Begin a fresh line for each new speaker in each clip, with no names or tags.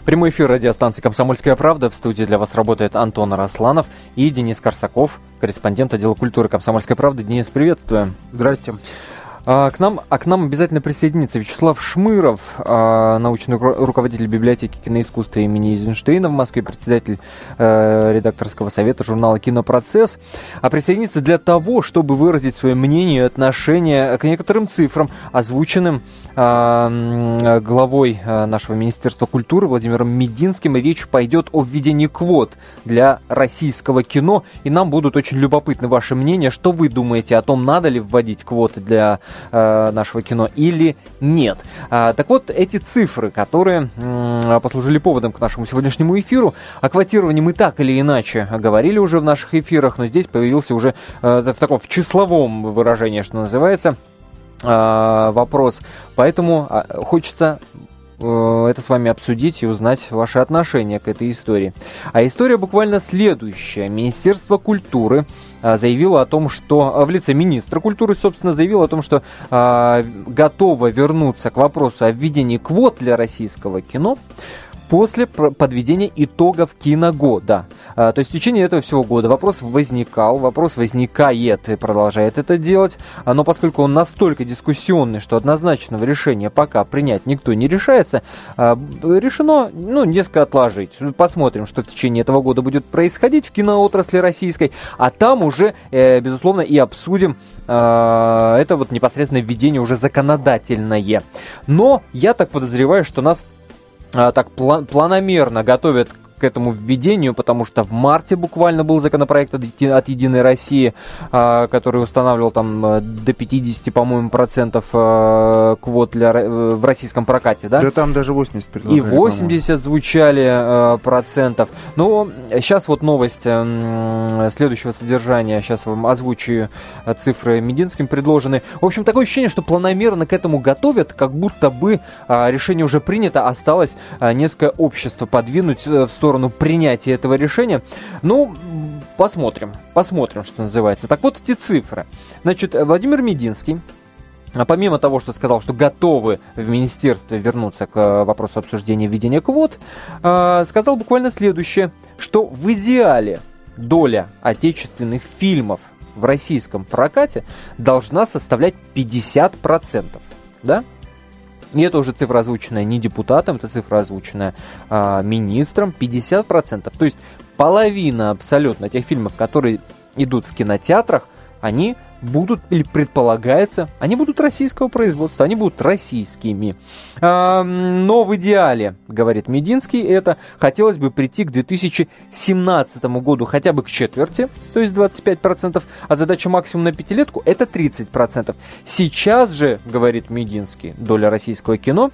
Прямой эфир радиостанции «Комсомольская правда». В студии для вас работает Антон Арасланов и Денис Корсаков, корреспондент отдела культуры «Комсомольской правды». Денис, приветствуем.
Здрасте.
К нам обязательно присоединится Вячеслав Шмыров, научный руководитель библиотеки киноискусства имени Эйзенштейна в Москве, председатель редакторского совета журнала «Кинопроцесс». Присоединится для того, чтобы выразить свое мнение и отношение к некоторым цифрам, озвученным главой нашего Министерства культуры Владимиром Мединским. И речь пойдет о введении квот для российского кино. И нам будут очень любопытны ваши мнения. Что вы думаете о том, надо ли вводить квоты для нашего кино или нет? Так вот, эти цифры, которые послужили поводом к нашему сегодняшнему эфиру, о квотировании мы так или иначе говорили уже в наших эфирах, но здесь появился уже в таком числовом выражении, что называется, вопрос. Поэтому хочется это с вами обсудить и узнать ваши отношения к этой истории. А история буквально следующая. Министерство культуры заявило о том, что в лице министра культуры, собственно, заявило о том, что готово вернуться к вопросу о введении квот для российского кино после подведения итогов киногода. То есть в течение этого всего года вопрос возникает и продолжает это делать, но поскольку он настолько дискуссионный, что однозначного решения пока принять никто не решается, решено, несколько отложить. Посмотрим, что в течение этого года будет происходить в киноотрасли российской, а там уже, безусловно, и обсудим это вот непосредственно введение уже законодательное. Но я так подозреваю, что нас так планомерно готовят к этому введению, потому что в марте буквально был законопроект от «Единой России», который устанавливал там до 50, по-моему, процентов квот в российском прокате, да?
Да там даже 80 предлагали.
И 80 звучали процентов. Но сейчас вот новость следующего содержания, сейчас вам озвучу цифры Мединским предложены. В общем, такое ощущение, что планомерно к этому готовят, как будто бы решение уже принято, осталось несколько общества подвинуть в сторону принятия этого решения. Посмотрим, что называется. Так вот эти цифры. Значит, Владимир Мединский, помимо того, что сказал, что готовы в министерстве вернуться к вопросу обсуждения введения квот, сказал буквально следующее, что в идеале доля отечественных фильмов в российском прокате должна составлять 50%. Да? И это уже цифра, озвученная не депутатом, это цифра, озвученная министром, 50%. То есть половина абсолютно тех фильмов, которые идут в кинотеатрах, они будут, или предполагается, они будут российского производства, они будут российскими. Но в идеале, говорит Мединский, это хотелось бы прийти к 2017 году хотя бы к четверти, то есть 25%, а задача максимум на пятилетку это 30%. Сейчас же, говорит Мединский, доля российского кино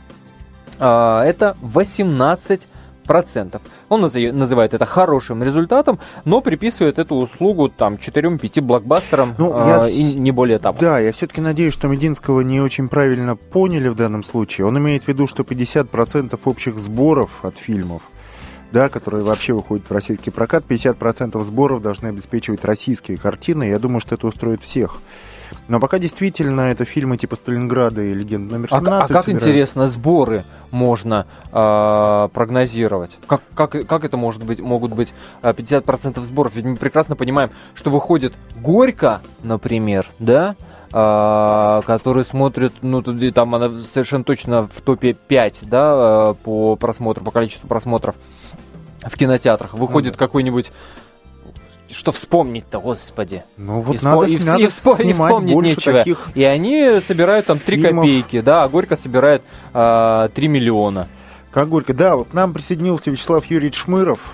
это 18%. Он называет это хорошим результатом, но приписывает эту услугу 4-5 блокбастерам и не более того.
Да, я все-таки надеюсь, что Мединского не очень правильно поняли в данном случае. Он имеет в виду, что 50% общих сборов от фильмов, да, которые вообще выходят в российский прокат, 50% сборов должны обеспечивать российские картины. Я думаю, что это устроит всех. Но пока действительно это фильмы типа «Сталинграда» и «Легенда номер 17».
А как интересно, сборы можно прогнозировать? Как это могут быть 50% сборов? Ведь мы прекрасно понимаем, что выходит «Горько», например, да? Который смотрит, там она совершенно точно в топе 5, да, по количеству просмотров в кинотеатрах. Выходит какой-нибудь... Что вспомнить-то, господи.
Надо
вспомнить нечего.
Таких...
И они собирают там 3 копейки, да, а Горько собирает 3 миллиона.
Как Горько, да, вот к нам присоединился Вячеслав Юрьевич Шмыров.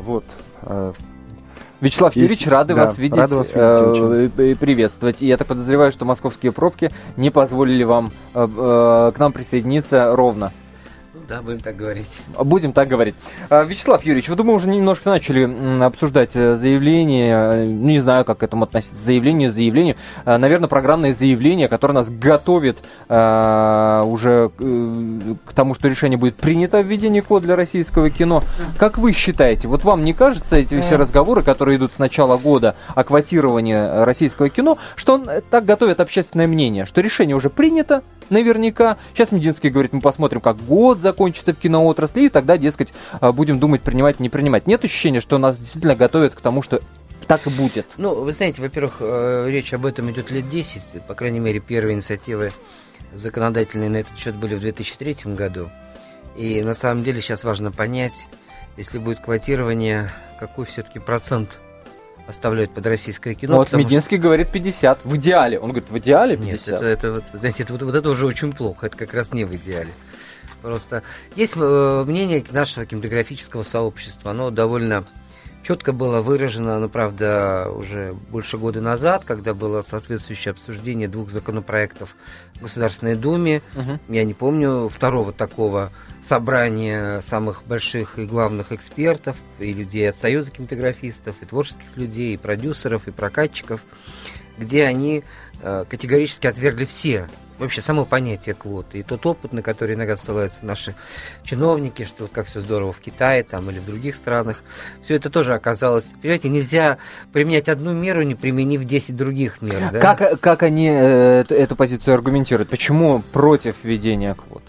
Вячеслав Юрьевич, рады вас видеть и приветствовать. И я так подозреваю, что московские пробки не позволили вам к нам присоединиться ровно.
Да, будем так говорить.
Будем так говорить. Вячеслав Юрьевич, вы, думаю, уже немножко начали обсуждать заявление, не знаю, как к этому относиться, заявлению. Наверное, программное заявление, которое нас готовит уже к тому, что решение будет принято о введении квот для российского кино. Как вы считаете, вот вам не кажется эти все разговоры, которые идут с начала года о квотировании российского кино, что так готовят общественное мнение, что решение уже принято, наверняка. Сейчас Мединский говорит, мы посмотрим, как год год закончится в киноотрасли, и тогда, дескать, будем думать, принимать, не принимать. Нет ощущения, что нас действительно готовят к тому, что так и будет?
Ну, вы знаете, во-первых, речь об этом идет лет 10, по крайней мере, первые инициативы законодательные на этот счет были в 2003 году. И на самом деле сейчас важно понять, если будет квотирование, какой все-таки процент оставляют под российское кино.
Вот Мединский говорит 50, в идеале. Он говорит, в идеале 50?
Нет, это знаете, вот это уже очень плохо, это как раз не в идеале. Просто есть мнение нашего кинематографического сообщества, оно довольно четко было выражено, но, правда, уже больше года назад, когда было соответствующее обсуждение 2 законопроектов в Государственной Думе. Я не помню второго такого собрания самых больших и главных экспертов, и людей от Союза кинематографистов, и творческих людей, и продюсеров, и прокатчиков, где они категорически отвергли все вообще само понятие квоты и тот опыт, на который иногда ссылаются наши чиновники, что вот как все здорово в Китае там, или в других странах, все это тоже оказалось, понимаете, нельзя применять одну меру, не применив 10 других мер. Да?
Как они эту позицию аргументируют? Почему против введения квот?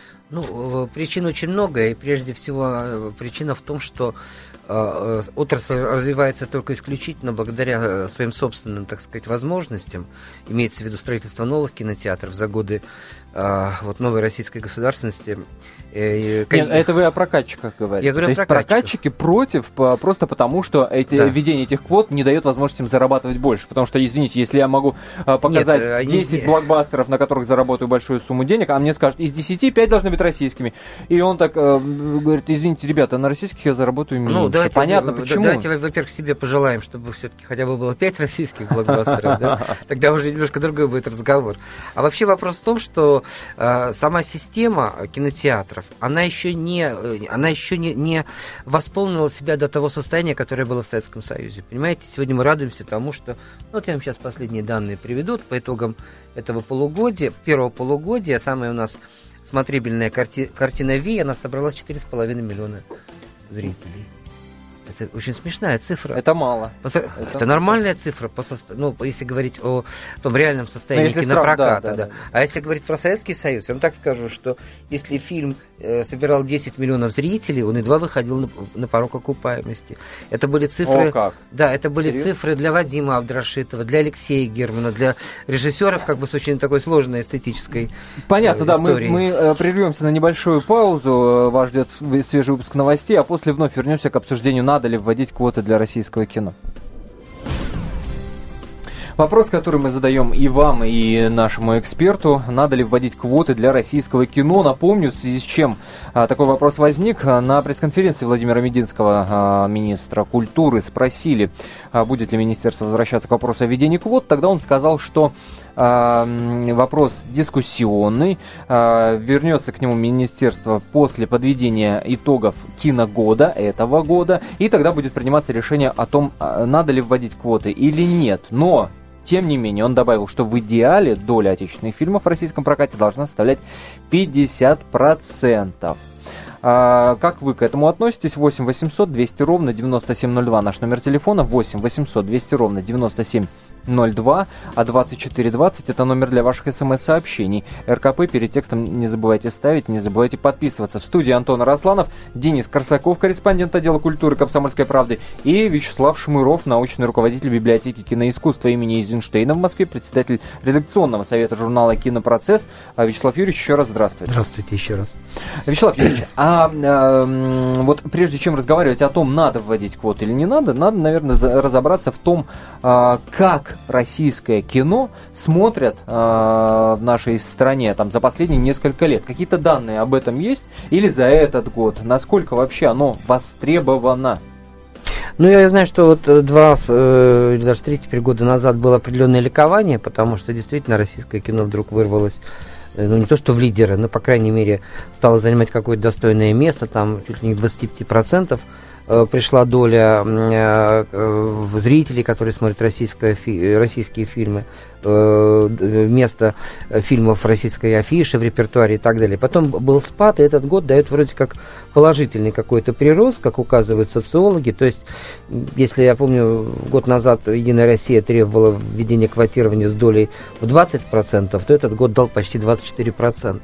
Ну, причин очень много, и прежде всего причина в том, что отрасль развивается только исключительно благодаря своим собственным, так сказать, возможностям. Имеется в виду строительство новых кинотеатров за годы вот новой российской государственности.
Нет, это вы о прокатчиках говорите.
Я говорю
о прокатчиках. Прокатчики против просто потому, что введение этих квот не дает возможности им зарабатывать больше. Потому что, извините, если я могу показать 10 блокбастеров, на которых заработаю большую сумму денег, а мне скажут, из 10 5 должны быть российскими. И он так говорит, извините, ребята, на российских я заработаю меньше. Ну, давайте, понятно, почему.
Давайте, во-первых, себе пожелаем, чтобы все-таки хотя бы было 5 российских блокбастеров. Тогда уже немножко другой будет разговор. А вообще вопрос в том, что сама система кинотеатров, она еще не восполнила себя до того состояния, которое было в Советском Союзе. Понимаете, сегодня мы радуемся тому, что... Вот я вам сейчас последние данные приведу по итогам этого полугодия, первого полугодия. Самая у нас смотрибельная картина «Ви», она собрала 4,5 миллиона зрителей. Это очень смешная цифра.
Это мало.
Это нормальная цифра, если говорить о том реальном состоянии кинопроката. Да. А если говорить про Советский Союз, я вам так скажу, что если фильм собирал 10 миллионов зрителей, он едва выходил на порог окупаемости. Это были цифры...
О, как?
Да, это были цифры для Вадима Абдрашитова, для Алексея Германа, для режиссеров как бы с очень такой сложной эстетической
Понятно,
историей.
Да, мы прервемся на небольшую паузу, вас ждет свежий выпуск новостей, а после вновь вернемся к обсуждению, надо ли вводить квоты для российского кино. Вопрос, который мы задаем и вам, и нашему эксперту, надо ли вводить квоты для российского кино. Напомню, в связи с чем такой вопрос возник. На пресс-конференции Владимира Мединского, министра культуры, спросили, будет ли министерство возвращаться к вопросу о введении квот. Тогда он сказал, что вопрос дискуссионный, вернется к нему министерство после подведения итогов киногода этого года, и тогда будет приниматься решение о том, надо ли вводить квоты или нет. Но тем не менее, он добавил, что в идеале доля отечественных фильмов в российском прокате должна составлять 50%. Как вы к этому относитесь? 8 800 200 ровно 9702 наш номер телефона, 8 800 200 ровно 9702, а 2420 это номер для ваших смс-сообщений. РКП перед текстом не забывайте ставить, не забывайте подписываться. В студии Антон Арасланов, Денис Корсаков, корреспондент отдела культуры «Комсомольской правды», и Вячеслав Шмыров, научный руководитель библиотеки киноискусства имени Эйзенштейна в Москве, председатель редакционного совета журнала «Кинопроцесс». Вячеслав Юрьевич, еще раз здравствуйте.
Здравствуйте еще раз.
Вячеслав Юрьевич, вот прежде чем разговаривать о том, надо вводить квоты или не надо, наверное, разобраться в том, как российское кино смотрят в нашей стране там, за последние несколько лет. Какие-то данные об этом есть? Или за этот год? Насколько вообще оно востребовано?
Ну, я знаю, что вот 2 или даже 3 года назад было определенное ликование, потому что действительно российское кино вдруг вырвалось, ну, не то что в лидеры, но, по крайней мере, стало занимать какое-то достойное место, там, чуть ли не 25% пришла доля зрителей, которые смотрят российские фильмы, вместо фильмов российской афиши в репертуаре и так далее. Потом был спад, и этот год дает вроде как положительный какой-то прирост, как указывают социологи. То есть, если я помню, год назад «Единая Россия» требовала введения квотирования с долей в 20%, то этот год дал почти 24%.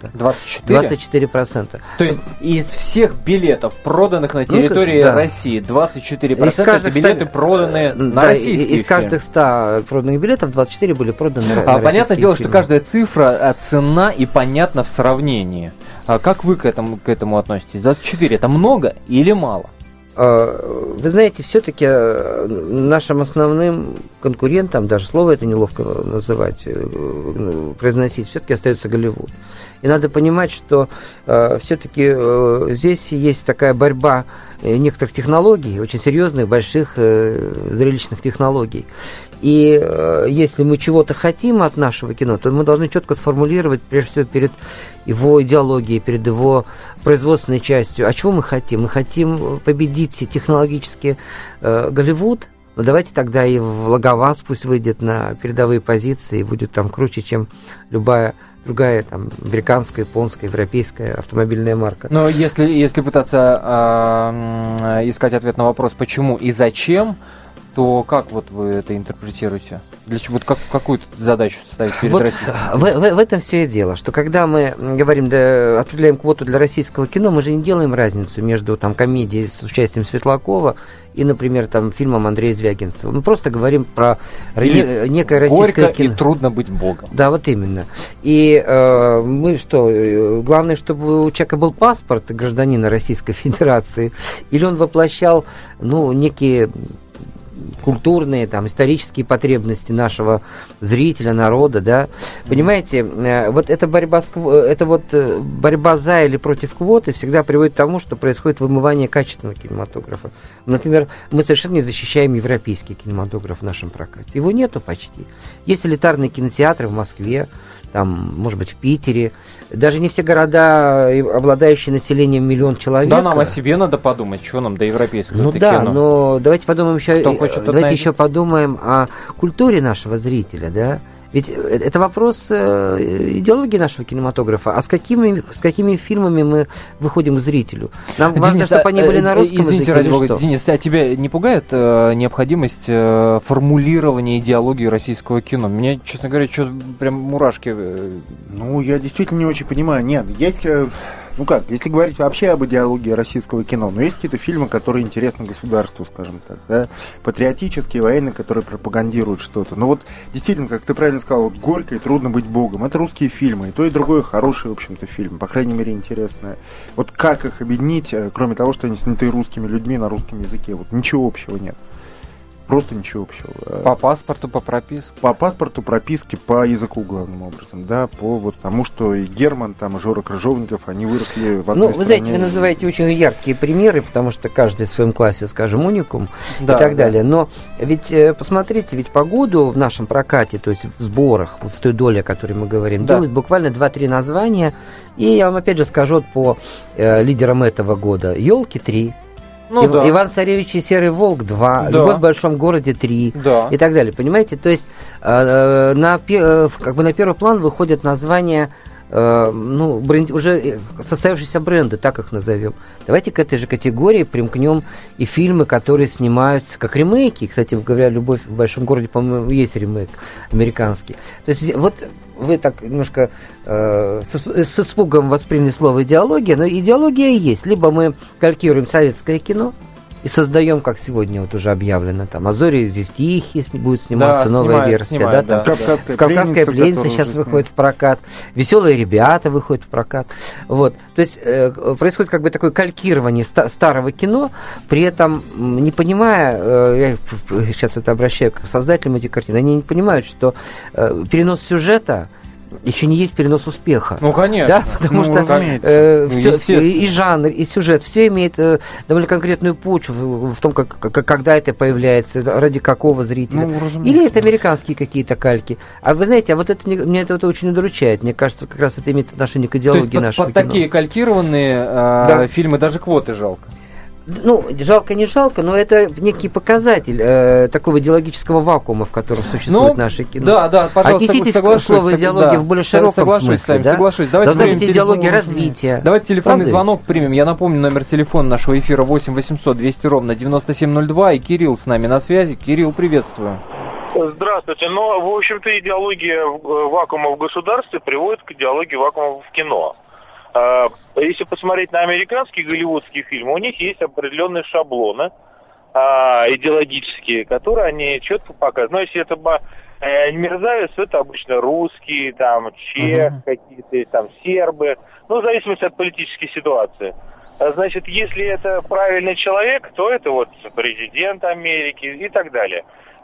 24%?
То есть, из всех билетов, проданных на территории России, 24% это билеты, проданные на российские фильмы.
Из каждых 100 проданных билетов 24 были проданы на российские
понятное дело,
фильмы.
что каждая цифра ценна и понятна в сравнении. А как вы к этому относитесь? 24 это много или мало?
Вы знаете, все-таки нашим основным конкурентом, даже слово это неловко называть, произносить, все-таки остается Голливуд. И надо понимать, что все-таки здесь есть такая борьба некоторых технологий, очень серьезных, больших, зрелищных технологий. И если мы чего-то хотим от нашего кино, то мы должны четко сформулировать, прежде всего, перед его идеологией, перед его производственной частью. А чего мы хотим? Мы хотим победить технологически Голливуд. Ну, давайте тогда и Лаговаз пусть выйдет на передовые позиции и будет там круче, чем любая другая там американская, японская, европейская автомобильная марка.
Но если пытаться искать ответ на вопрос, почему и зачем, то как вот вы это интерпретируете? Для чего, вот какую задачу ставить перед российским?
В этом все и дело, что когда мы говорим, определяем квоту для российского кино, мы же не делаем разницу между там комедией с участием Светлакова и, например, там фильмом Андрея Звягинцева. Мы просто говорим про некое российское
горько
кино.
И трудно быть богом.
Да, вот именно. И мы что, главное, чтобы у человека был паспорт гражданина Российской Федерации, или он воплощал, некие культурные, там, исторические потребности нашего зрителя, народа, да. Понимаете, вот эта борьба борьба за или против квоты всегда приводит к тому, что происходит вымывание качественного кинематографа. Например, мы совершенно не защищаем европейский кинематограф в нашем прокате. Его нету почти. Есть элитарные кинотеатры в Москве, там, может быть, в Питере. Даже не все города, обладающие населением 1 миллион человек.
Да, нам о себе надо подумать, что нам до европейского
кино. Но давайте подумаем
еще
подумаем о культуре нашего зрителя, да. Ведь это вопрос идеологии нашего кинематографа. А с какими фильмами мы выходим к зрителю? Нам важно, чтобы они были на русском языке.
Ради бога, Денис, а тебя не пугает необходимость формулирования идеологии российского кино? Мне, честно говоря, прям мурашки.
Я действительно не очень понимаю. Нет, есть... если говорить вообще об идеологии российского кино, есть какие-то фильмы, которые интересны государству, скажем так, да, патриотические, военные, которые пропагандируют что-то. Действительно, как ты правильно сказал, горько и трудно быть богом. Это русские фильмы, и то, и другое хорошие, в общем-то, фильмы, по крайней мере, интересные. Как их объединить, кроме того, что они сняты русскими людьми на русском языке? Ничего общего нет. Просто ничего общего.
По паспорту, по прописке?
По паспорту, прописке, по языку, главным образом, да, тому, что и Герман, и Жора Крыжовников, они выросли в одной стране.
Вы знаете, вы называете очень яркие примеры, потому что каждый в своем классе, скажем, уникум и так далее. Но ведь, посмотрите, по году в нашем прокате, то есть в сборах, в той доле, о которой мы говорим, делают буквально 2-3 названия. И я вам опять же скажу по лидерам этого года. «Елки» 3. Иван Царевич и Серый Волк 2, Любовь в большом городе 3 и так далее. Понимаете? То есть на первый план выходят названия уже состоявшиеся бренды, так их назовем. Давайте к этой же категории примкнем и фильмы, которые снимаются как ремейки. Кстати говоря, «Любовь в большом городе», по-моему, есть ремейк американский. То есть вы так немножко с испугом восприняли слово «идеология», но идеология есть. Либо мы калькируем советское кино и создаем, как сегодня уже объявлено, там «А зори здесь тихие», будет сниматься новая версия, «Кавказская пленница» сейчас выходит в прокат, «Веселые ребята» выходят в прокат. То есть происходит такое калькирование старого кино, при этом не понимая, я сейчас это обращаю к создателям этих картин, они не понимают, что перенос сюжета еще не есть перенос успеха.
Конечно.
Да? Потому что все, и жанр, и сюжет, все имеет довольно конкретную почву в том, когда это появляется, ради какого зрителя. Или это американские какие-то кальки. А вы знаете, меня это очень удручает. Мне кажется, как раз это имеет отношение к идеологии нашего кино.
Такие калькированные фильмы даже квоты жалко.
Ну, жалко, не жалко, но это некий показатель такого идеологического вакуума, в котором существует наше кино.
Да, пожалуйста,
отнеситесь к слову идеология в более широком смысле.
Соглашусь.
Должна быть идеология развития.
Давайте телефонный звонок примем. Я напомню, номер телефона нашего эфира 8 800 200 ровно 9702. И Кирилл с нами на связи. Кирилл, приветствую.
Здравствуйте. В общем-то, идеология вакуума в государстве приводит к идеологии вакуума в кино. Если посмотреть на американские голливудские фильмы, у них есть определенные шаблоны идеологические, которые они четко показывают. Но если это мерзавец, это обычно русские, там, чех, какие-то там сербы, в зависимости от политической ситуации. Значит, если это правильный человек, то это вот президент Америки и так далее.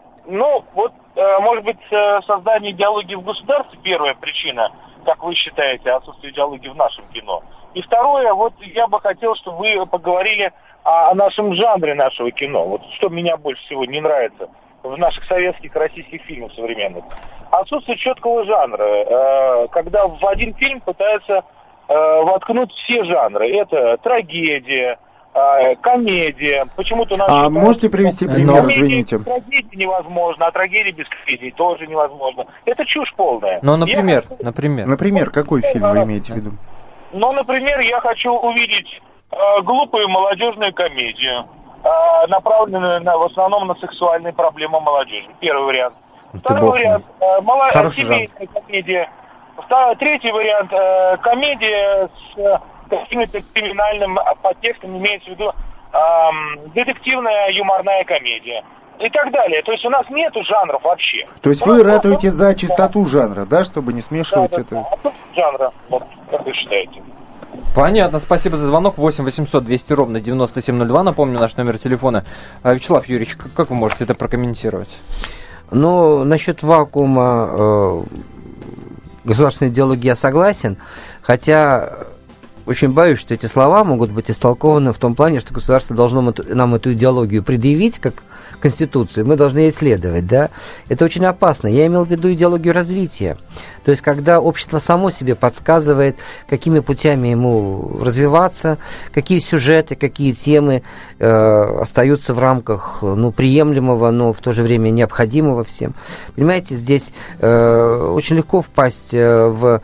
Может быть, создание идеологии в государстве первая причина, как вы считаете, отсутствие идеологии в нашем кино. И второе, я бы хотел, чтобы вы поговорили о нашем жанре нашего кино. Что меня больше всего не нравится в наших советских, российских фильмах современных. Отсутствие четкого жанра, когда в один фильм пытаются воткнуть все жанры. Это трагедия, комедия. Почему-то наши...
можете привести пример, извините?
Трагедии невозможно, а трагедии без комедии тоже невозможно. Это чушь полная.
Например?
Например, какой фильм вы имеете в виду?
Например, я хочу увидеть глупую молодежную комедию, направленную в основном на сексуальные проблемы молодежи. Первый вариант. Второй вариант семейная комедия. Третий вариант комедия с каким-то криминальным подтекстом, имеется в виду детективная юморная комедия. И так далее. То есть у нас нету жанров вообще.
То есть вы ратуете за чистоту жанра, да, чтобы не смешивать это?
Жанра, как вы считаете?
Понятно, спасибо за звонок. 8 800 200 ровно 9702. Напомню, наш номер телефона. Вячеслав Юрьевич, как вы можете это прокомментировать?
Насчет вакуума государственной идеологии я согласен, хотя очень боюсь, что эти слова могут быть истолкованы в том плане, что государство должно нам эту идеологию предъявить как Конституцию, мы должны ей следовать, да? Это очень опасно. Я имел в виду идеологию развития. То есть, когда общество само себе подсказывает, какими путями ему развиваться, какие сюжеты, какие темы остаются в рамках приемлемого, но в то же время необходимого всем. Понимаете, здесь очень легко впасть в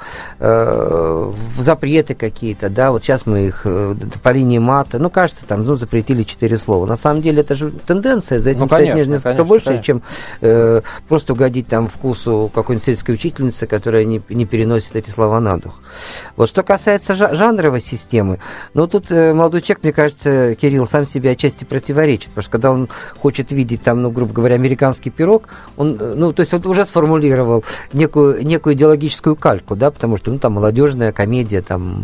запреты какие-то, да, вот сейчас мы их по линии мата, кажется, там, запретили 4 слова. На самом деле, это же тенденция, за этим стоит несколько больше, чем просто угодить там вкусу какой-нибудь сельской учительницы, которая не переносит эти слова на дух. Что касается жанровой системы, тут молодой человек, мне кажется, Кирилл, сам себе отчасти противоречит, потому что когда он хочет видеть там, грубо говоря, американский пирог, он уже сформулировал некую идеологическую кальку, да, потому что, там молодежная комедия, там.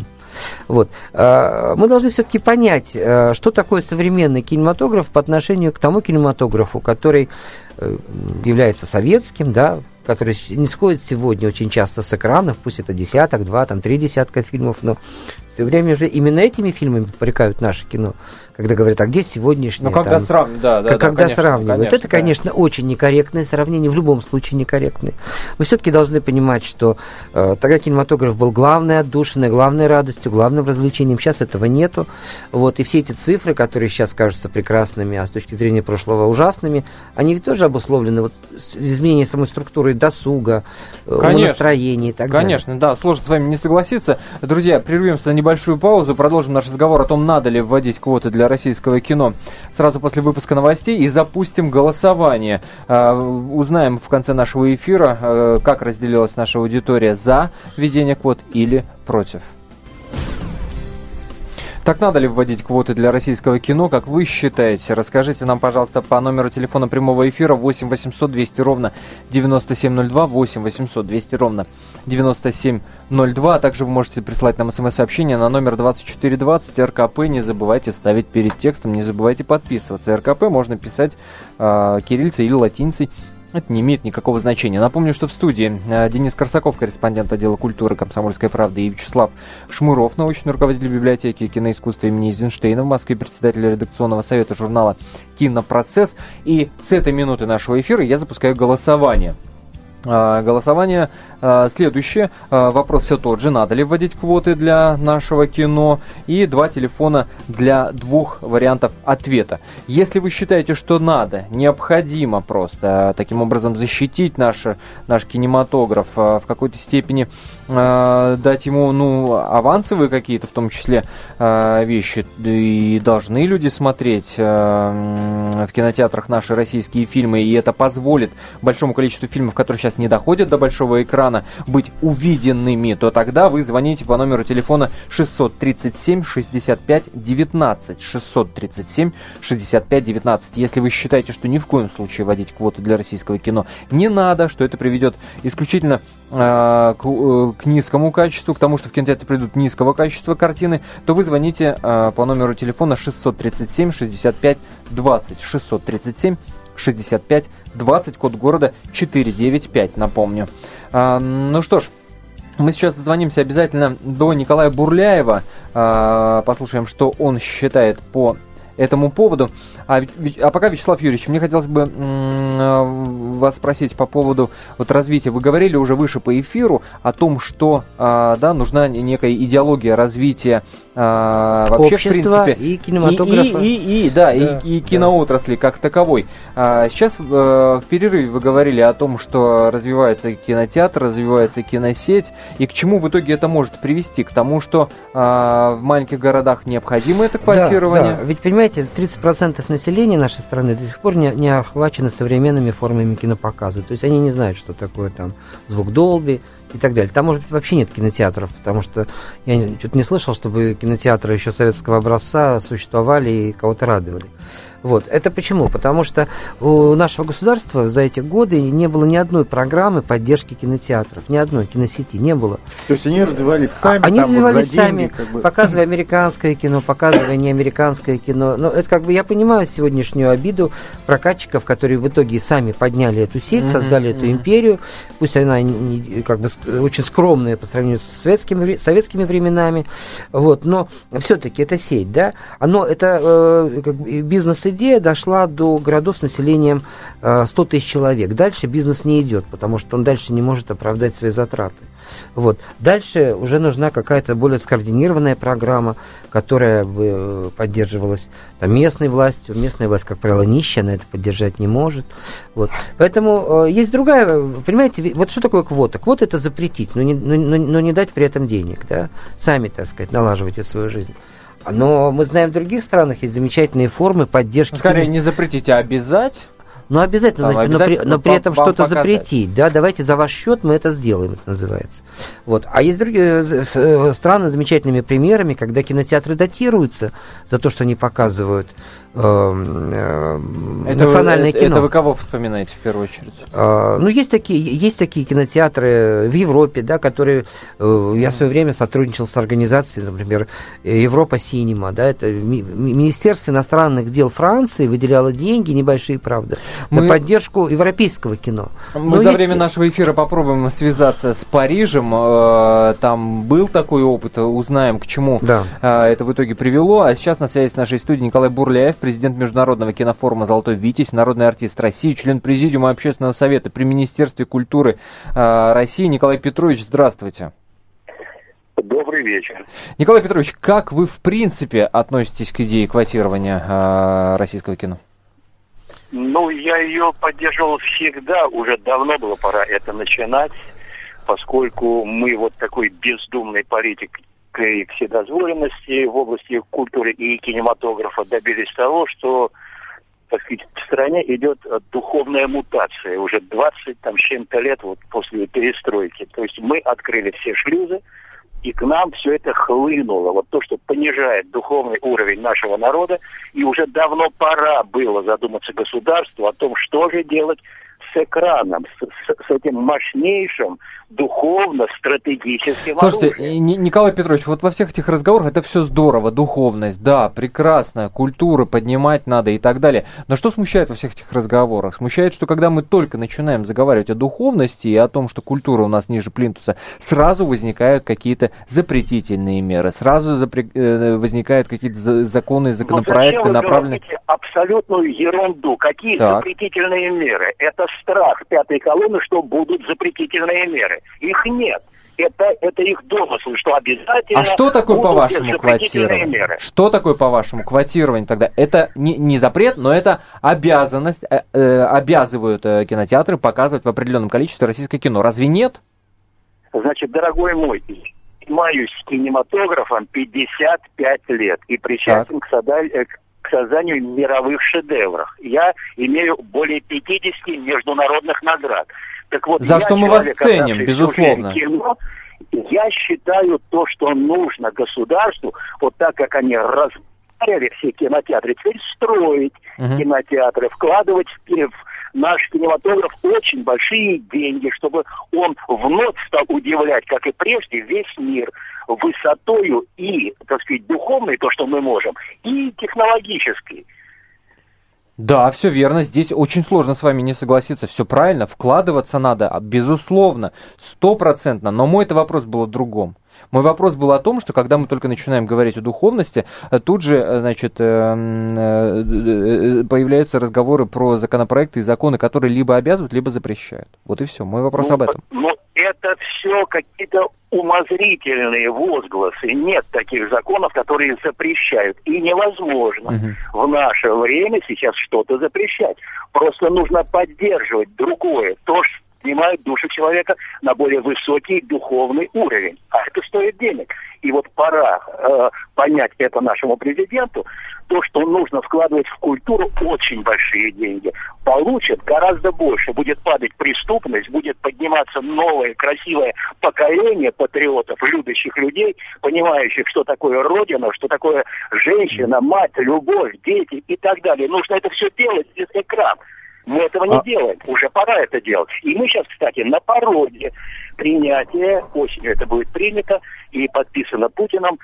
Мы должны все-таки понять, что такое современный кинематограф по отношению к тому кинематографу, который является советским, да, который не сходит сегодня очень часто с экранов, пусть это 10, 2, 3 десятка фильмов, но все время уже именно этими фильмами попрекают наше кино, когда говорят, а где сегодняшнее?
Когда сравнивают.
Когда сравнивают. Это, конечно, очень некорректное сравнение, в любом случае некорректное. Мы все-таки должны понимать, что тогда кинематограф был главной отдушиной, главной радостью, главным развлечением. Сейчас этого нету. И все эти цифры, которые сейчас кажутся прекрасными, а с точки зрения прошлого ужасными, они ведь тоже обусловлены изменением самой структуры досуга, настроения и так далее.
Конечно, да, сложно с вами не согласиться. Друзья, прервемся на небольшую паузу, продолжим наш разговор о том, надо ли вводить квоты для российского кино сразу после выпуска новостей и запустим голосование. Узнаем в конце нашего эфира, как разделилась наша аудитория за введение квот или против. Так надо ли вводить квоты для российского кино, как вы считаете? Расскажите нам, пожалуйста, по номеру телефона прямого эфира 8 800 200 ровно 9702, 8 800 200 ровно 9702. А также вы можете прислать нам смс-сообщение на номер 2420 РКП. Не забывайте ставить перед текстом, не забывайте подписываться. РКП можно писать кириллицей или латиницей. Это не имеет никакого значения. Напомню, что в студии Денис Корсаков, корреспондент отдела культуры «Комсомольской правды», и Вячеслав Шмуров, научный руководитель библиотеки киноискусства имени Эйзенштейна в Москве, председатель редакционного совета журнала «Кинопроцесс». И с этой минуты нашего эфира я запускаю голосование. Голосование Следующий вопрос все тот же. Надо ли вводить квоты для нашего кино? И 2 телефона для 2 вариантов ответа. Если вы считаете, что надо, необходимо просто таким образом защитить наш кинематограф, в какой-то степени дать ему авансовые какие-то, в том числе, вещи, и должны люди смотреть в кинотеатрах наши российские фильмы, и это позволит большому количеству фильмов, которые сейчас не доходят до большого экрана, быть увиденными, то тогда вы звоните по номеру телефона 637 65 19 637 65 19. Если вы считаете, что ни в коем случае вводить квоты для российского кино не надо, что это приведет исключительно к низкому качеству, к тому, что в кинотеатре придут низкого качества картины, то вы звоните по номеру телефона 637 65 20 637 65 20, код города 495, напомню. Ну что ж, мы сейчас дозвонимся обязательно до Николая Бурляева, послушаем, что он считает по этому поводу. А пока, Вячеслав Юрьевич, мне хотелось бы вас спросить по поводу развития. Вы говорили уже выше по эфиру о том, что нужна некая идеология развития вообще,
общества,
в принципе,
и кинематографа.
И киноотрасли как таковой. Сейчас в перерыве вы говорили о том, что развивается кинотеатр, развивается киносеть, и к чему в итоге это может привести? К тому, что в маленьких городах необходимо это квотирование?
Да. Ведь, понимаете, 30% населения нашей страны до сих пор не охвачено современными формами кинопоказа. То есть они не знают, что такое там звук Dolby и так далее. Там, может быть, вообще нет кинотеатров, потому что я что-то не слышал, чтобы кинотеатры еще советского образца существовали и кого-то радовали. Вот. Это почему? Потому что у нашего государства за эти годы не было ни одной программы поддержки кинотеатров, ни одной киносети не было.
То есть они развивались сами?
Они развивались
за деньги,
сами, показывая американское кино, показывая неамериканское кино. Но это я понимаю сегодняшнюю обиду прокатчиков, которые в итоге сами подняли эту сеть, создали эту империю. Пусть она очень скромная по сравнению с советскими временами, вот, но все-таки это сеть, да? Это бизнес-идея дошла до городов с населением 100 тысяч человек. Дальше бизнес не идет, потому что он дальше не может оправдать свои затраты. Вот. Дальше уже нужна какая-то более скоординированная программа, которая бы поддерживалась местной властью. Местная власть, как правило, нищая, она это поддержать не может. Вот. Поэтому есть другая, понимаете, вот что такое квота? Квота – это запретить, но не дать при этом денег, да? Сами, так сказать, налаживайте свою жизнь. Но мы знаем, в других странах есть замечательные формы поддержки.
Скорее не запретить, а обязать.
Ну, обязательно, но при этом что-то запретить. Да, давайте за ваш счет мы это сделаем, это называется. Вот. А есть другие страны с замечательными примерами, когда кинотеатры датируются за то, что они показывают национальное кино.
Это вы кого вспоминаете в первую очередь?
Есть такие кинотеатры в Европе, да, которые... Я в свое время сотрудничал с организацией, например, Европа Синема. Да, это Министерство иностранных дел Франции выделяло деньги, небольшие, правда, на поддержку европейского кино.
Мы за время нашего эфира попробуем связаться с Парижем. Там был такой опыт, узнаем, к чему это в итоге привело. А сейчас на связи с нашей студией Николай Бурляев, президент Международного кинофорума «Золотой Витязь», народный артист России, член Президиума Общественного совета при Министерстве культуры России. Николай Петрович, здравствуйте.
Добрый вечер.
Николай Петрович, как вы в принципе относитесь к идее квотирования российского кино?
Я ее поддерживал всегда, уже давно было пора это начинать, поскольку мы такой бездумной политикой к вседозволенности в области культуры и кинематографа добились того, что, так сказать, в стране идет духовная мутация уже 20 с чем-то лет после перестройки. То есть мы открыли все шлюзы, и к нам все это хлынуло. То, что понижает духовный уровень нашего народа, и уже давно пора было задуматься государству о том, что же делать с экраном, с этим мощнейшим духовно-стратегическим
оружием.
Слушайте,
Николай Петрович, во всех этих разговорах это все здорово, духовность, да, прекрасно, культуру поднимать надо и так далее. Но что смущает во всех этих разговорах? Смущает, что когда мы только начинаем заговаривать о духовности и о том, что культура у нас ниже плинтуса, сразу возникают какие-то запретительные меры, сразу возникают какие-то законы, законопроекты, направленные...
абсолютную ерунду. Какие запретительные меры? Это страх пятой колонны, что будут запретительные меры. меры. Их нет. Это их домыслы, что обязательно...
А что такое, по-вашему,
запретительные
квотирование?
меры.
Что такое, по-вашему, квотирование тогда? Это не запрет, но это обязанность, обязывают кинотеатры показывать в определенном количестве российское кино. Разве нет?
Значит, дорогой мой, занимаюсь кинематографом 55 лет и причастен к созданию мировых шедевров. Я имею более 50 международных наград. Так вот,
за что мы вас ценим, безусловно.
Кино, я считаю то, что нужно государству, вот так как они разбавили все кинотеатры, теперь строить кинотеатры, вкладывать в наш кинематограф очень большие деньги, чтобы он вновь стал удивлять, как и прежде, весь мир высотою и, так сказать, духовной, то, что мы можем, и технологической.
Да, все верно, здесь очень сложно с вами не согласиться, все правильно, вкладываться надо, безусловно, 100%, но мой-то вопрос был о другом. Мой вопрос был о том, что когда мы только начинаем говорить о духовности, тут же, значит, появляются разговоры про законопроекты и законы, которые либо обязывают, либо запрещают. Вот и все. Мой вопрос об этом.
Ну, это все какие-то умозрительные возгласы. Нет таких законов, которые запрещают. И невозможно в наше время сейчас что-то запрещать. Просто нужно поддерживать другое, то, что поднимает душу человека на более высокий духовный уровень. А это стоит денег. И вот пора понять это нашему президенту, то, что нужно вкладывать в культуру очень большие деньги. Получат гораздо больше. Будет падать преступность, будет подниматься новое красивое поколение патриотов, любящих людей, понимающих, что такое Родина, что такое женщина, мать, любовь, дети и так далее. Нужно это все делать через экран. Мы этого не делаем. Уже пора это делать. И мы сейчас, кстати, на пороге принятия, осенью это будет принято и подписано Путиным,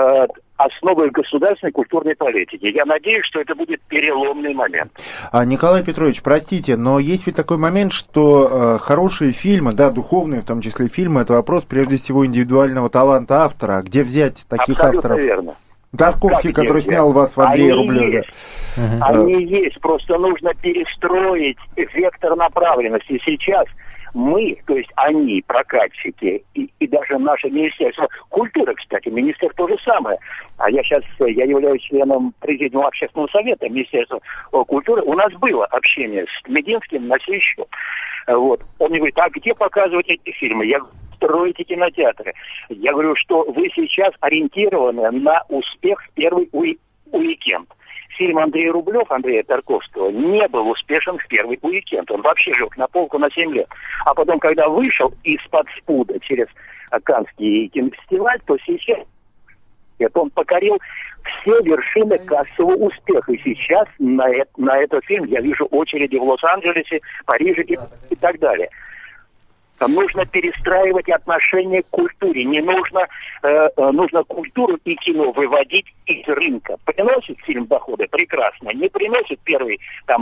основы государственной культурной политики. Я надеюсь, что это будет переломный момент.
Николай Петрович, простите, но есть ведь такой момент, что хорошие фильмы, да, духовные в том числе фильмы, это вопрос прежде всего индивидуального таланта автора. Где взять таких
Абсолютно
авторов?
Верно.
Тарковский, который снял вас в Андрея Рублева.
Они есть, просто нужно перестроить вектор направленности. Сейчас мы, то есть они, прокатчики, и даже наше Министерство культуры, кстати, министр то же самое. А я являюсь членом Президиума Общественного совета Министерства культуры. У нас было общение с Мединским на сей счет. Вот. Он мне говорит, а где показывать эти фильмы? Я говорю, строите кинотеатры. Я говорю, что вы сейчас ориентированы на успех в первый уикенд. Фильм Андрея Тарковского, не был успешен в первый уикенд. Он вообще лег на полку на 7 лет. А потом, когда вышел из-под спуда через Каннский кинофестиваль, то сейчас он покорил все вершины кассового успеха. И сейчас на этот фильм я вижу очереди в Лос-Анджелесе, Париже и так далее. Там нужно перестраивать отношение к культуре. Не нужно, нужно культуру и кино выводить из рынка. Приносит фильм доходы? Прекрасно. Не приносит первый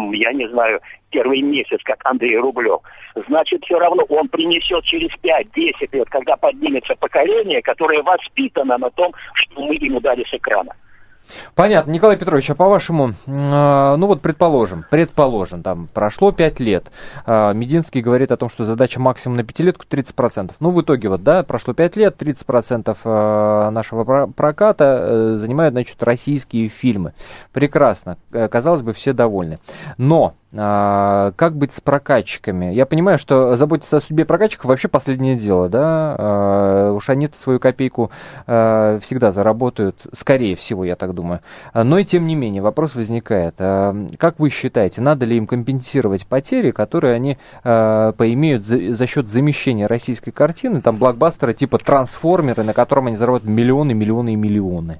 месяц, как Андрей Рублев. Значит, все равно он принесет через 5-10 лет, когда поднимется поколение, которое воспитано на том, что мы ему дали с экрана.
Понятно. Николай Петрович, а по-вашему, предположим, там прошло 5 лет, Мединский говорит о том, что задача максимум на 5-летку 30%. В итоге прошло 5 лет, 30% нашего проката занимают, российские фильмы. Прекрасно. Казалось бы, все довольны. Но как быть с прокатчиками? Я понимаю, что заботиться о судьбе прокатчиков вообще последнее дело, да? Уж они-то свою копейку всегда заработают, скорее всего, я так думаю. Но и тем не менее, вопрос возникает. Как вы считаете, надо ли им компенсировать потери, которые они поимеют за счет замещения российской картины, там блокбастера типа «Трансформеры», на котором они заработают миллионы, миллионы и миллионы?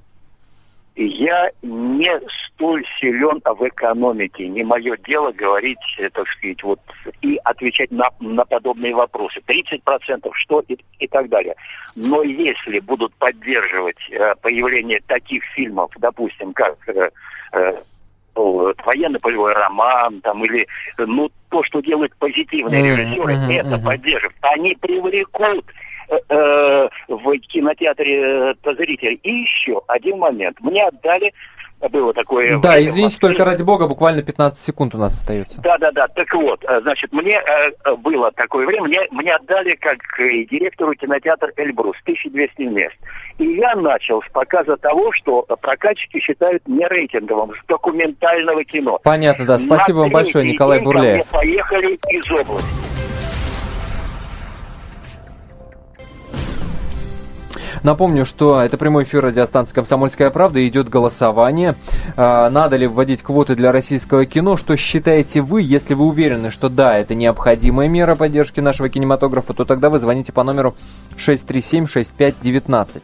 Я не столь силен в экономике. Не мое дело говорить, так сказать, и отвечать на подобные вопросы. 30% что и так далее. Но если будут поддерживать появление таких фильмов, допустим, как военно-полевой роман, или то, что делают позитивные режиссеры, это поддерживают. Они привлекут в кинотеатре зрителей. И еще один момент. Мне отдали было такое...
Да, извините, только ради бога, буквально 15 секунд у нас остается.
Да. Так вот, значит, мне было такое время, мне отдали как директору кинотеатр «Эльбрус», 1200 мест. И я начал с показа того, что прокатчики считают нерейтинговым, с документального кино.
Понятно, да. Спасибо вам большое, Николай Бурляев.
Мы поехали из области.
Напомню, что это прямой эфир радиостанции «Комсомольская правда», и идет голосование. Надо ли вводить квоты для российского кино? Что считаете вы? Если вы уверены, что да, это необходимая мера поддержки нашего кинематографа, то тогда вы звоните по номеру 637-6519,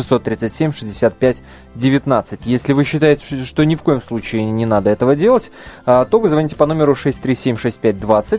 637-6519. Если вы считаете, что ни в коем случае не надо этого делать, то вы звоните по номеру 637-6520,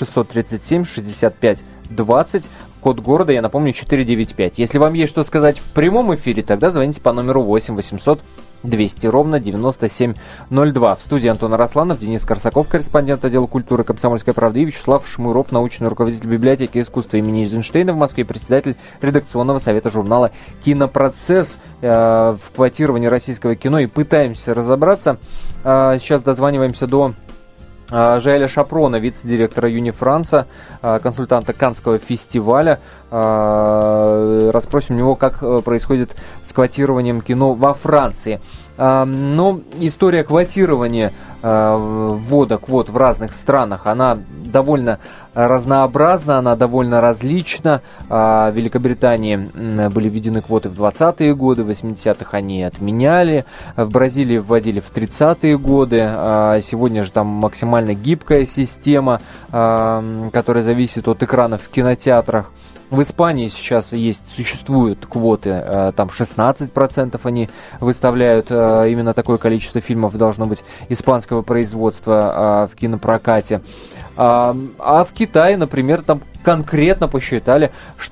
637-6520. Код города, я напомню, 495. Если вам есть что сказать в прямом эфире, тогда звоните по номеру 8 800 200 ровно 9702. В студии Антон Арасланов, Денис Корсаков, корреспондент отдела культуры «Комсомольской правды», и Вячеслав Шмуров, научный руководитель библиотеки искусства имени Эйзенштейна в Москве, председатель редакционного совета журнала «Кинопроцесс» в квотировании российского кино. И пытаемся разобраться. Сейчас дозваниваемся до Жаэля Шапрона, вице-директора Юнифранса, консультанта Каннского фестиваля. Расспросим у него, как происходит с квотированием кино во Франции. Но история квотирования, ввода квот в разных странах, она довольно разнообразна, она довольно различна. В Великобритании были введены квоты в 20-е годы, в 80-х они отменяли, в Бразилии вводили в 30-е годы. Сегодня же там максимально гибкая система, которая зависит от экранов в кинотеатрах. В Испании сейчас существуют квоты, там 16% они выставляют, именно такое количество фильмов должно быть испанского производства в кинопрокате. А в Китае, например, там конкретно посчитали,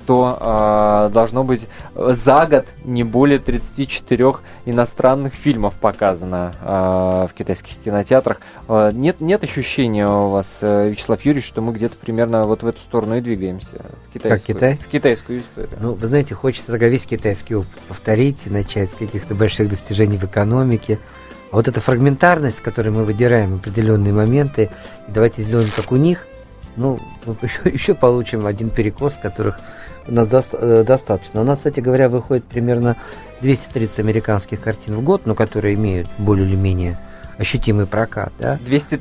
что должно быть за год не более 34 иностранных фильмов показано в китайских кинотеатрах. Нет ощущения у вас, Вячеслав Юрьевич, что мы где-то примерно вот в эту сторону и двигаемся? В китайскую историю.
Ну, вы знаете, хочется тогда весь китайский опыт повторить и начать с каких-то больших достижений в экономике. А вот эта фрагментарность, с которой мы выдираем определенные моменты, и давайте сделаем как у них, ну, еще получим один перекос, которых у нас достаточно. У нас, кстати говоря, выходит примерно 230 американских картин в год, но которые имеют более или менее ощутимый прокат. Да?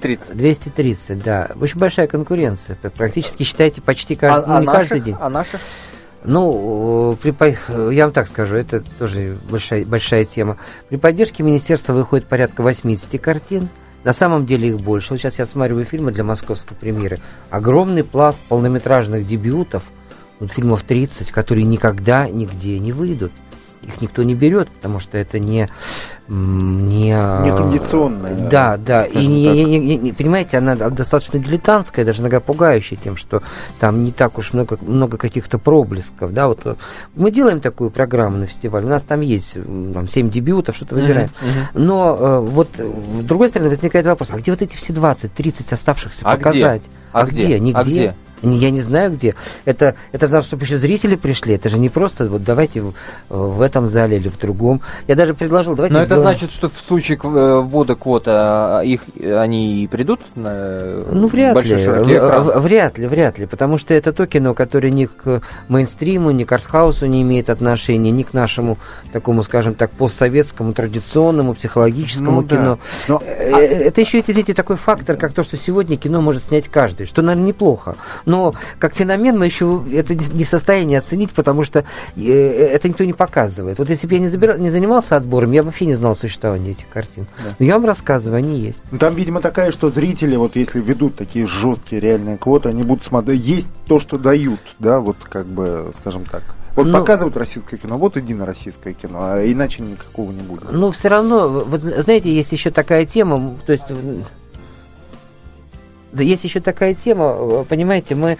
230, да. Очень большая конкуренция. Практически, считайте, почти каждый день.
А наших?
Ну, я вам так скажу, это тоже большая тема. При поддержке министерства выходит порядка 80 картин. На самом деле их больше. Вот сейчас я отсматриваю фильмы для московской премьеры. Огромный пласт полнометражных дебютов, вот фильмов 30, которые никогда нигде не выйдут. Их никто не берет, потому что это не
кондиционная.
Да. И понимаете, она достаточно дилетантская, даже иногда пугающая тем, что там не так уж много каких-то проблесков. Да, вот мы делаем такую программу на фестивале. У нас там есть 7 дебютов, что-то выбираем. Но вот с другой стороны возникает вопрос: а где вот эти все 20-30 оставшихся показать?
Где?
Нигде. Я не знаю где. Это надо, чтобы еще зрители пришли. Это же не просто вот давайте в этом зале или в другом. Я даже предложил, давайте.
Но это значит, что в случае ввода квота они придут на большой широкий экран?
Вряд ли, потому что это то кино, которое ни к мейнстриму, ни к артхаусу не имеет отношения, ни к нашему такому, скажем так, постсоветскому, традиционному, психологическому кино. Да. Это еще, видите, такой фактор, как то, что сегодня кино может снять каждый, что, наверное, неплохо. Но как феномен мы еще это не в состоянии оценить, потому что это никто не показывает. Вот если бы я не занимался отбором, я вообще не знал существования этих картин. Да. Но я вам рассказываю, они есть.
Ну, там, видимо, такая, что зрители, вот если ведут такие жесткие реальные квоты, они будут смотреть, есть то, что дают, да, вот как бы, скажем так. Вот показывают российское кино, вот иди на российское кино, а иначе никакого не будет.
Ну, все равно, вот, знаете, есть еще такая тема, то есть... Да, есть еще такая тема, понимаете, мы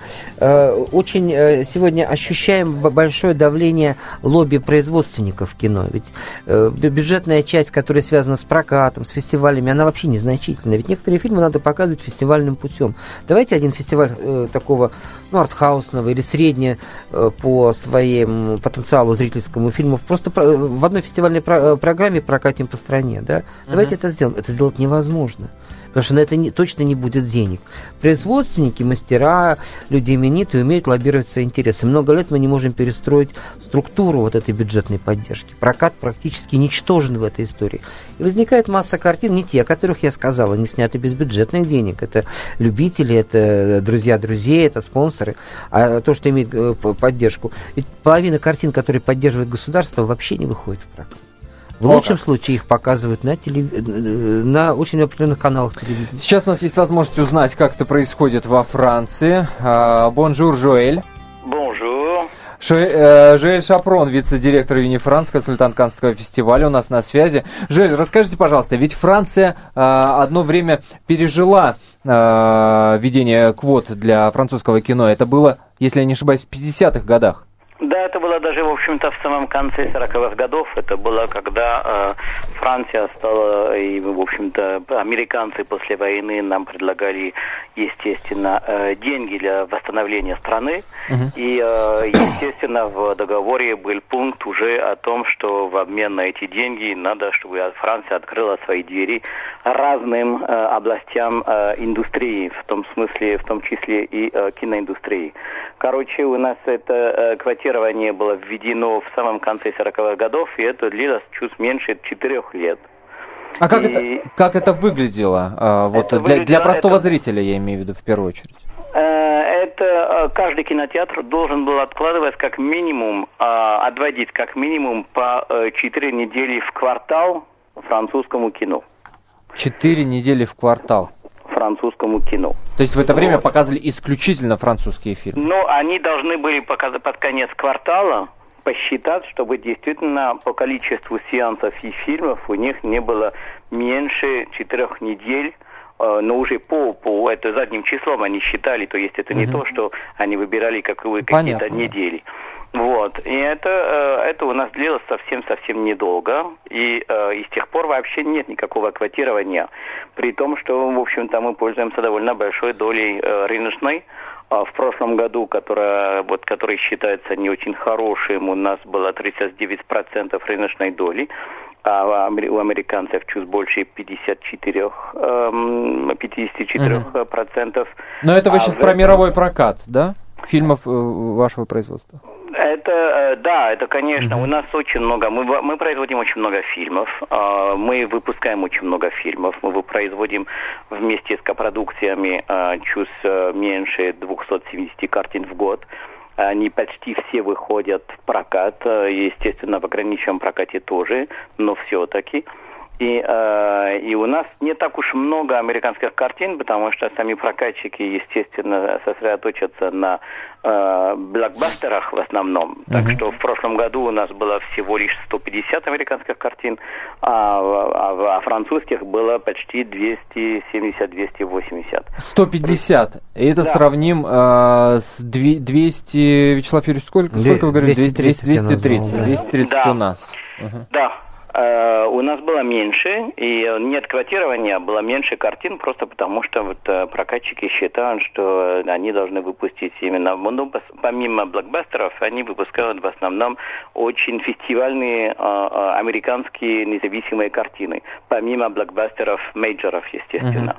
очень сегодня ощущаем большое давление лобби производственников кино. Ведь бюджетная часть, которая связана с прокатом, с фестивалями, она вообще незначительна. Ведь некоторые фильмы надо показывать фестивальным путем. Давайте один фестиваль такого, артхаусного или средне по своему потенциалу зрительскому фильму просто в одной фестивальной программе прокатим по стране, да? Давайте это сделаем. Это сделать невозможно. Потому что на это точно не будет денег. Производственники, мастера, люди именитые умеют лоббировать свои интересы. Много лет мы не можем перестроить структуру вот этой бюджетной поддержки. Прокат практически ничтожен в этой истории. И возникает масса картин, не те, о которых я сказал, они сняты без бюджетных денег. Это любители, это друзья друзей, это спонсоры. А то, что имеет поддержку. Ведь половина картин, которые поддерживает государство, вообще не выходит в прокат. В лучшем случае их показывают на очень определенных каналах телевидения.
Сейчас у нас есть возможность узнать, как это происходит во Франции. Бонжур, Жоэль.
Бонжур.
Жоэль Шапрон, вице-директор Юнифранс, консультант Каннского фестиваля, у нас на связи. Жоэль, расскажите, пожалуйста, ведь Франция одно время пережила введение квот для французского кино. Это было, если я не ошибаюсь, в 50-х годах.
Да, это было даже, в общем-то, в самом конце 40-х годов. Это было, когда Франция стала, и, в общем-то, американцы после войны нам предлагали, естественно, деньги для восстановления страны. И, естественно, в договоре был пункт уже о том, что в обмен на эти деньги надо, чтобы Франция открыла свои двери разным областям индустрии, в том смысле, в том числе и киноиндустрии. Короче, у нас это квотирование было введено в самом конце 40-х годов, и это длилось чуть меньше 4 лет.
А как это выглядело? Для простого зрителя, я имею в виду, в первую очередь.
Это каждый кинотеатр должен был откладывать как минимум, отводить как минимум по 4 недели в квартал французскому кино.
4 недели в квартал?
Французскому кино.
То есть в это время показывали исключительно французские фильмы?
Но они должны были показать под конец квартала, посчитать, чтобы действительно по количеству сеансов и фильмов у них не было меньше 4 недель, но уже по это задним числом они считали, то есть это не то, что они выбирали какие-то недели. Вот. И это у нас длилось совсем недолго. И с тех пор вообще нет никакого квотирования. При том, что, в общем-то, мы пользуемся довольно большой долей рыночной. В прошлом году, который считается не очень хорошим, у нас было 39% рыночной доли. А у американцев чуть больше 54%.
Но это вы сейчас про мировой прокат, да? Фильмов вашего производства?
Это, конечно, у нас очень много, мы производим очень много фильмов, мы выпускаем очень много фильмов, мы производим вместе с копродукциями чуть меньше 270 картин в год. Они почти все выходят в прокат, естественно, в ограниченном прокате тоже, но все-таки. И у нас не так уж много американских картин, потому что сами прокатчики, естественно, сосредоточатся на блокбастерах в основном. Так что в прошлом году у нас было всего лишь 150 американских картин, а французских было почти 270-280.
150. И это сравним с 200, Вячеслав Юрьевич, сколько вы говорите? 230 у нас.
Да. У нас было меньше, и нет квотирования, было меньше картин, просто потому что прокатчики считают, что они должны выпустить именно, помимо блокбастеров, они выпускают в основном очень фестивальные американские независимые картины, помимо блокбастеров, мейджоров, естественно.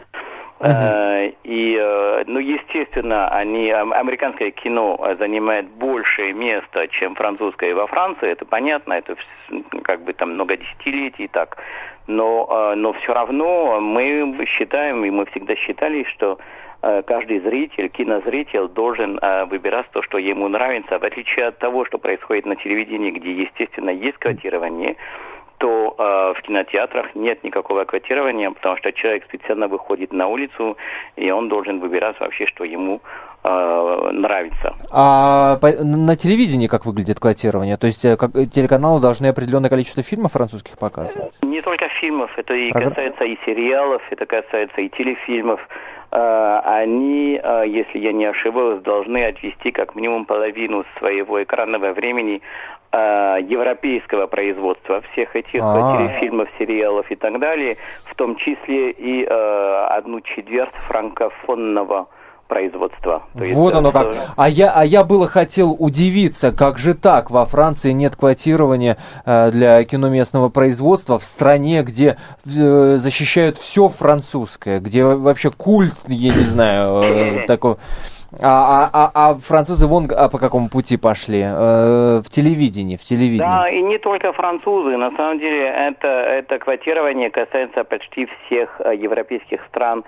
Естественно, американское кино занимает большее место, чем французское во Франции, это понятно, это там много десятилетий и так. Но все равно мы считаем, и мы всегда считали, что каждый зритель, кинозритель должен выбирать то, что ему нравится, в отличие от того, что происходит на телевидении, где, естественно, есть квотирование, то в кинотеатрах нет никакого квотирования, потому что человек специально выходит на улицу, и он должен выбирать вообще, что ему нравится.
А на телевидении как выглядит квотирование? То есть телеканалы должны определенное количество фильмов французских показывать?
Не только фильмов, это и касается и сериалов, это касается и телефильмов. Они, если я не ошибаюсь, должны отвести как минимум половину своего экранного времени европейского производства всех этих телефильмов, сериалов и так далее, в том числе и 1/4 франкофонного производства. То есть,
вот оно как. А я было хотел удивиться, как же так? Во Франции нет квотирования для кино местного производства в стране, где защищают все французское, где вообще культ, я не знаю, такой. А французы вон по какому пути пошли? В телевидении.
Да, и не только французы. На самом деле это квотирование касается почти всех европейских стран.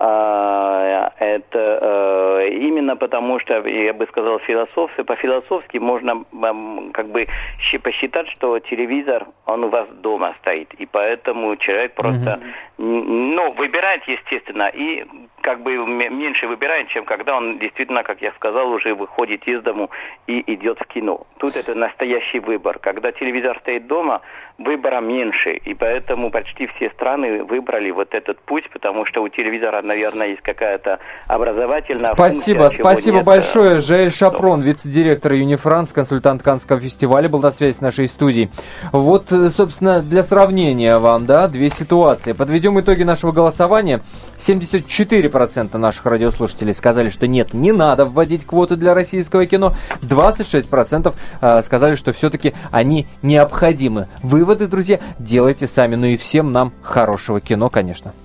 Это именно потому, что, я бы сказал, по-философски можно как бы посчитать, что телевизор, он у вас дома стоит, и поэтому человек просто, выбирает, естественно, и как бы меньше выбирает, чем когда он действительно, как я сказал, уже выходит из дому и идет в кино. Тут это настоящий выбор. Когда телевизор стоит дома, выбора меньше, и поэтому почти все страны выбрали вот этот путь, потому что у телевизора, наверное, есть какая-то образовательная
функция. Спасибо большое. Жаэль Шапрон, вице-директор Юнифранс, консультант Каннского фестиваля, был на связи с нашей студией. Вот, собственно, для сравнения вам, две ситуации. Подведем итоги нашего голосования. 74% наших радиослушателей сказали, что нет, не надо вводить квоты для российского кино. 26% сказали, что все-таки они необходимы. Выводы, друзья, делайте сами. Ну и всем нам хорошего кино, конечно.